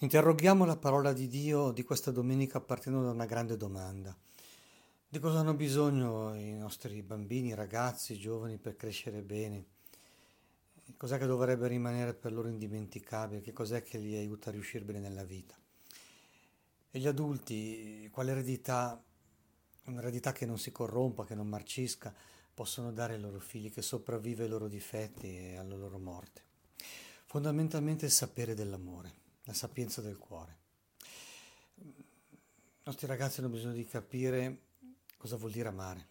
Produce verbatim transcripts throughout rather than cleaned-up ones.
Interroghiamo la parola di Dio di questa domenica partendo da una grande domanda. Di cosa hanno bisogno i nostri bambini, i ragazzi, i giovani per crescere bene? Cos'è che dovrebbe rimanere per loro indimenticabile? Che cos'è che li aiuta a riuscire bene nella vita? E gli adulti, quale eredità, un'eredità che non si corrompa, che non marcisca, possono dare ai loro figli, che sopravvive ai loro difetti e alla loro morte? Fondamentalmente il sapere dell'amore, la sapienza del cuore. I nostri ragazzi hanno bisogno di capire cosa vuol dire amare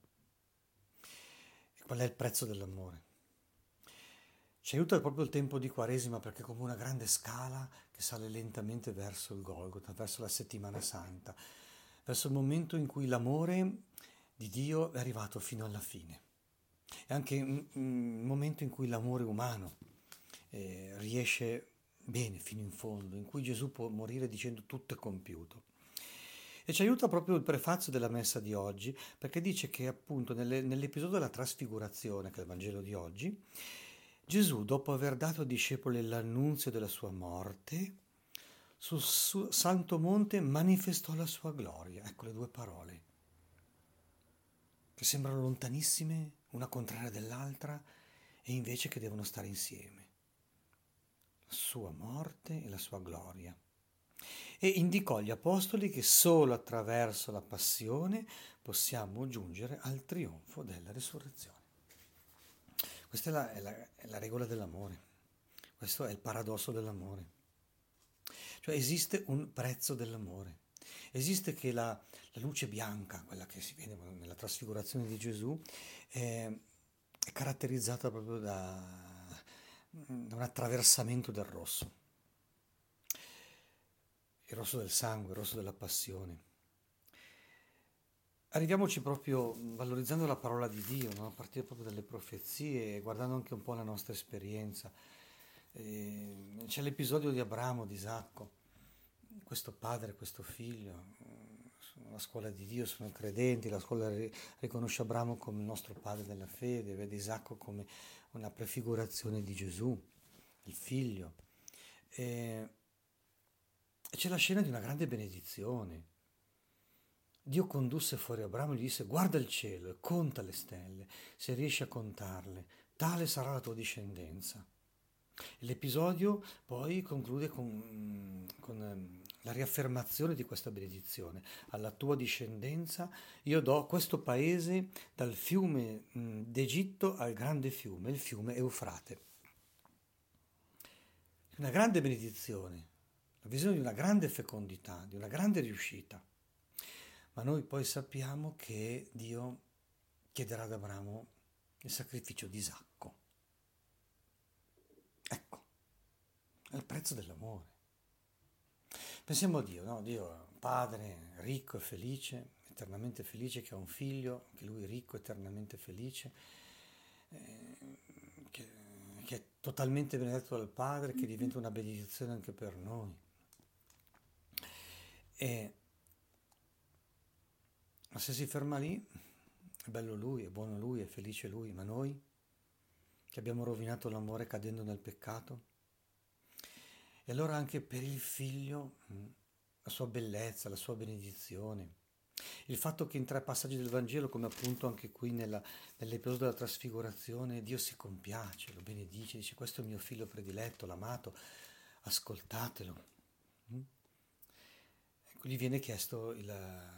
e qual è il prezzo dell'amore. Ci aiuta proprio il tempo di Quaresima perché è come una grande scala che sale lentamente verso il Golgota, verso la settimana santa, verso il momento in cui l'amore di Dio è arrivato fino alla fine. È anche un un momento in cui l'amore umano eh, riesce bene fino in fondo, in cui Gesù può morire dicendo tutto è compiuto. E ci aiuta proprio il prefazio della messa di oggi, perché dice che appunto nelle- nell'episodio della trasfigurazione, che è il Vangelo di oggi, Gesù, dopo aver dato ai discepoli l'annunzio della sua morte, sul su- Santo Monte manifestò la sua gloria. Ecco le due parole, che sembrano lontanissime, una contraria dell'altra, e invece che devono stare insieme. La sua morte e la sua gloria. E indicò agli apostoli che solo attraverso la passione possiamo giungere al trionfo della risurrezione. Questa è la, è la- è la regola dell'amore, questo è il paradosso dell'amore. Cioè esiste un prezzo dell'amore, esiste che la, la luce bianca, quella che si vede nella trasfigurazione di Gesù, è, è caratterizzata proprio da, da un attraversamento del rosso, il rosso del sangue, il rosso della passione. Arriviamoci proprio valorizzando la parola di Dio, no? A partire proprio dalle profezie, e guardando anche un po' la nostra esperienza. Eh, c'è l'episodio di Abramo, di Isacco, questo padre, questo figlio, eh, sono la scuola di Dio, sono credenti, la scuola ri- riconosce Abramo come il nostro padre della fede, vede Isacco come una prefigurazione di Gesù, il figlio. E e c'è la scena di una grande benedizione. Dio condusse fuori Abramo e gli disse: guarda il cielo e conta le stelle, se riesci a contarle, tale sarà la tua discendenza. L'episodio poi conclude con, con ehm, la riaffermazione di questa benedizione. Alla tua discendenza io do questo paese dal fiume mh, d'Egitto al grande fiume, il fiume Eufrate. Una grande benedizione, la visione di una grande fecondità, di una grande riuscita. Ma noi poi sappiamo che Dio chiederà ad Abramo il sacrificio di Isacco. Ecco, è il prezzo dell'amore. Pensiamo a Dio, no? Dio è un padre ricco e felice, eternamente felice, che ha un figlio, che lui è ricco, eternamente felice, eh, che, che è totalmente benedetto dal Padre, che diventa una benedizione anche per noi. E, ma se si ferma lì, è bello lui, è buono lui, è felice lui, ma noi che abbiamo rovinato l'amore cadendo nel peccato? E allora anche per il figlio mh, la sua bellezza, la sua benedizione, il fatto che in tre passaggi del Vangelo, come appunto anche qui nella- nell'episodio della trasfigurazione, Dio si compiace, lo benedice, dice questo è il mio figlio prediletto, l'amato, ascoltatelo. Mm? Ecco, gli viene chiesto il-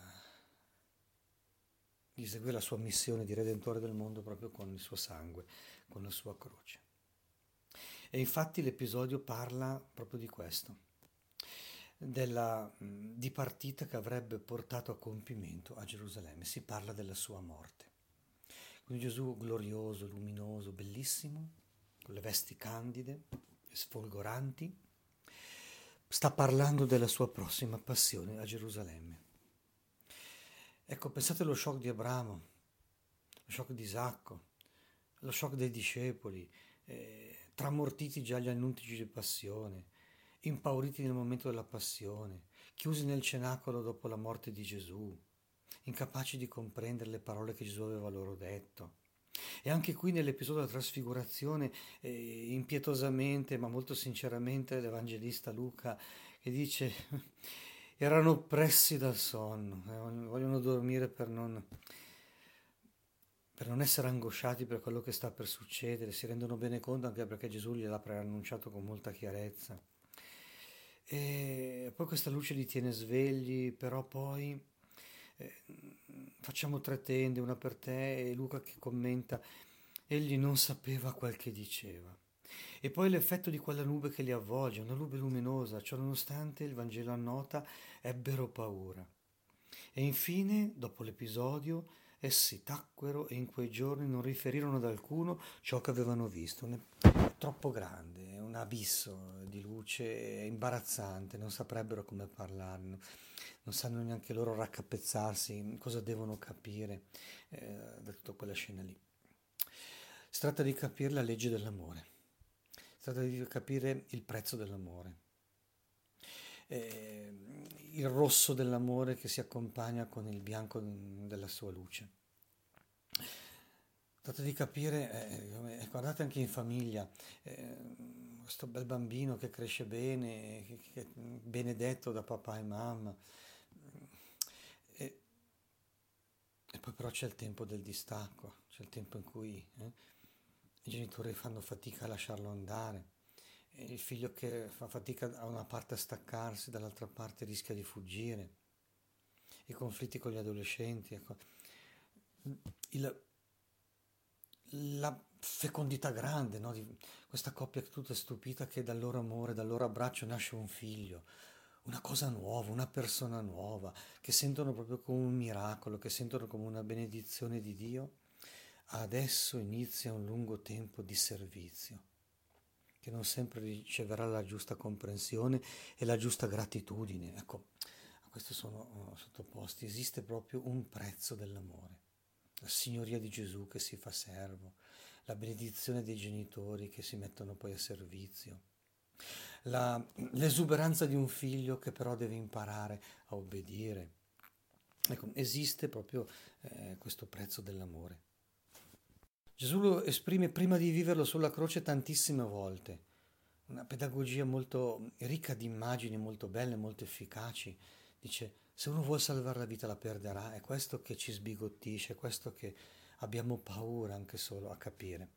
di eseguire la sua missione di redentore del mondo proprio con il suo sangue, con la sua croce. E infatti l'episodio parla proprio di questo, della mh, dipartita che avrebbe portato a compimento a Gerusalemme. Si parla della sua morte. Quindi Gesù glorioso, luminoso, bellissimo, con le vesti candide e sfolgoranti, sta parlando della sua prossima passione a Gerusalemme. Ecco, pensate allo shock di Abramo, lo shock di Isacco, lo shock dei discepoli, eh, tramortiti già agli annunci di passione, impauriti nel momento della passione, chiusi nel cenacolo dopo la morte di Gesù, incapaci di comprendere le parole che Gesù aveva loro detto. E anche qui nell'episodio della trasfigurazione, eh, impietosamente, ma molto sinceramente, l'Evangelista Luca che dice erano oppressi dal sonno, eh, vogliono dormire per non, per non essere angosciati per quello che sta per succedere, si rendono bene conto anche perché Gesù gliel'ha preannunciato con molta chiarezza. E poi questa luce li tiene svegli, però poi eh, facciamo tre tende, una per te, e Luca che commenta, egli non sapeva quel che diceva. E poi l'effetto di quella nube che li avvolge, una nube luminosa, ciò nonostante il Vangelo annota, ebbero paura. E infine, dopo l'episodio, essi tacquero e in quei giorni non riferirono ad alcuno ciò che avevano visto. È troppo grande, è un abisso di luce, è imbarazzante, non saprebbero come parlarne, non sanno neanche loro raccapezzarsi, cosa devono capire eh, da tutta quella scena lì. Si tratta di capire la legge dell'amore, si tratta di capire il prezzo dell'amore, eh, il rosso dell'amore che si accompagna con il bianco della sua luce. Si tratta di capire, eh, guardate anche in famiglia, eh, questo bel bambino che cresce bene, che, che è benedetto da papà e mamma, e, e poi però c'è il tempo del distacco, c'è il tempo in cui eh, i genitori fanno fatica a lasciarlo andare, e il figlio che fa fatica da una parte a staccarsi, dall'altra parte rischia di fuggire, i conflitti con gli adolescenti, ecco. Il, la fecondità grande, no, di questa coppia che tutta è stupita che dal loro amore, dal loro abbraccio nasce un figlio, una cosa nuova, una persona nuova, che sentono proprio come un miracolo, che sentono come una benedizione di Dio. Adesso inizia un lungo tempo di servizio, che non sempre riceverà la giusta comprensione e la giusta gratitudine. Ecco, a questo sono uh, sottoposti. Esiste proprio un prezzo dell'amore. La signoria di Gesù che si fa servo, la benedizione dei genitori che si mettono poi a servizio, la, l'esuberanza di un figlio che però deve imparare a obbedire. Ecco, esiste proprio eh, questo prezzo dell'amore. Gesù lo esprime prima di viverlo sulla croce tantissime volte, una pedagogia molto ricca di immagini, molto belle, molto efficaci. Dice, se uno vuole salvare la vita la perderà, è questo che ci sbigottisce, è questo che abbiamo paura anche solo a capire.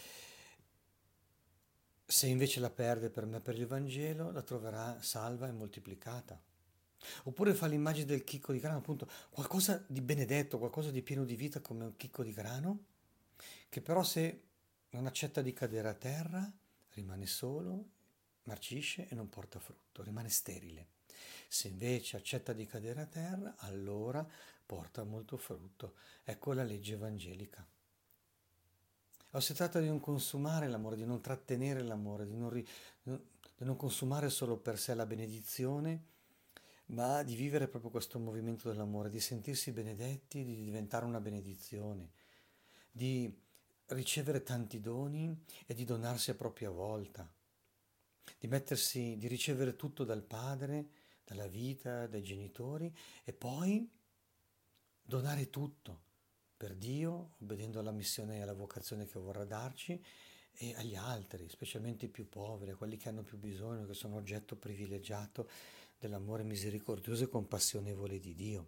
Se invece la perde per me, per il Vangelo, la troverà salva e moltiplicata. Oppure fa l'immagine del chicco di grano, appunto, qualcosa di benedetto, qualcosa di pieno di vita come un chicco di grano, che però se non accetta di cadere a terra, rimane solo, marcisce e non porta frutto, rimane sterile. Se invece accetta di cadere a terra, allora porta molto frutto. Ecco la legge evangelica. O si tratta di non consumare l'amore, di non trattenere l'amore, di non, ri, di non consumare solo per sé la benedizione, ma di vivere proprio questo movimento dell'amore, di sentirsi benedetti, di diventare una benedizione, di ricevere tanti doni e di donarsi a propria volta, di mettersi, di ricevere tutto dal Padre, dalla vita, dai genitori e poi donare tutto per Dio, obbedendo alla missione e alla vocazione che vorrà darci e agli altri, specialmente i più poveri, a quelli che hanno più bisogno, che sono oggetto privilegiato dell'amore misericordioso e compassionevole di Dio.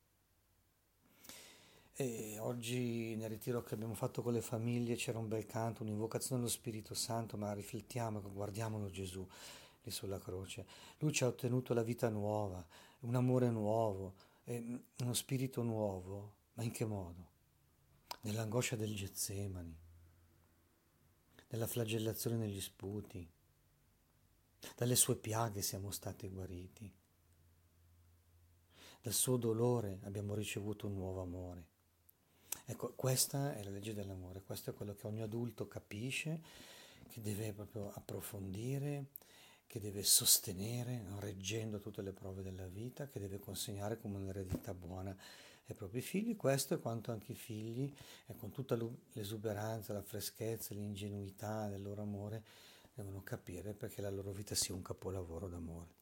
E oggi nel ritiro che abbiamo fatto con le famiglie c'era un bel canto, un'invocazione allo Spirito Santo, ma riflettiamo, guardiamolo Gesù lì sulla croce. Lui ci ha ottenuto la vita nuova, un amore nuovo, uno spirito nuovo, ma in che modo? Nell'angoscia del Getsemani, nella flagellazione negli sputi, dalle sue piaghe siamo stati guariti, dal suo dolore abbiamo ricevuto un nuovo amore. Ecco, questa è la legge dell'amore, questo è quello che ogni adulto capisce, che deve proprio approfondire, che deve sostenere, reggendo tutte le prove della vita, che deve consegnare come un'eredità buona ai propri figli. Questo è quanto anche i figli, e con tutta l'esuberanza, la freschezza, l'ingenuità del loro amore, devono capire perché la loro vita sia un capolavoro d'amore.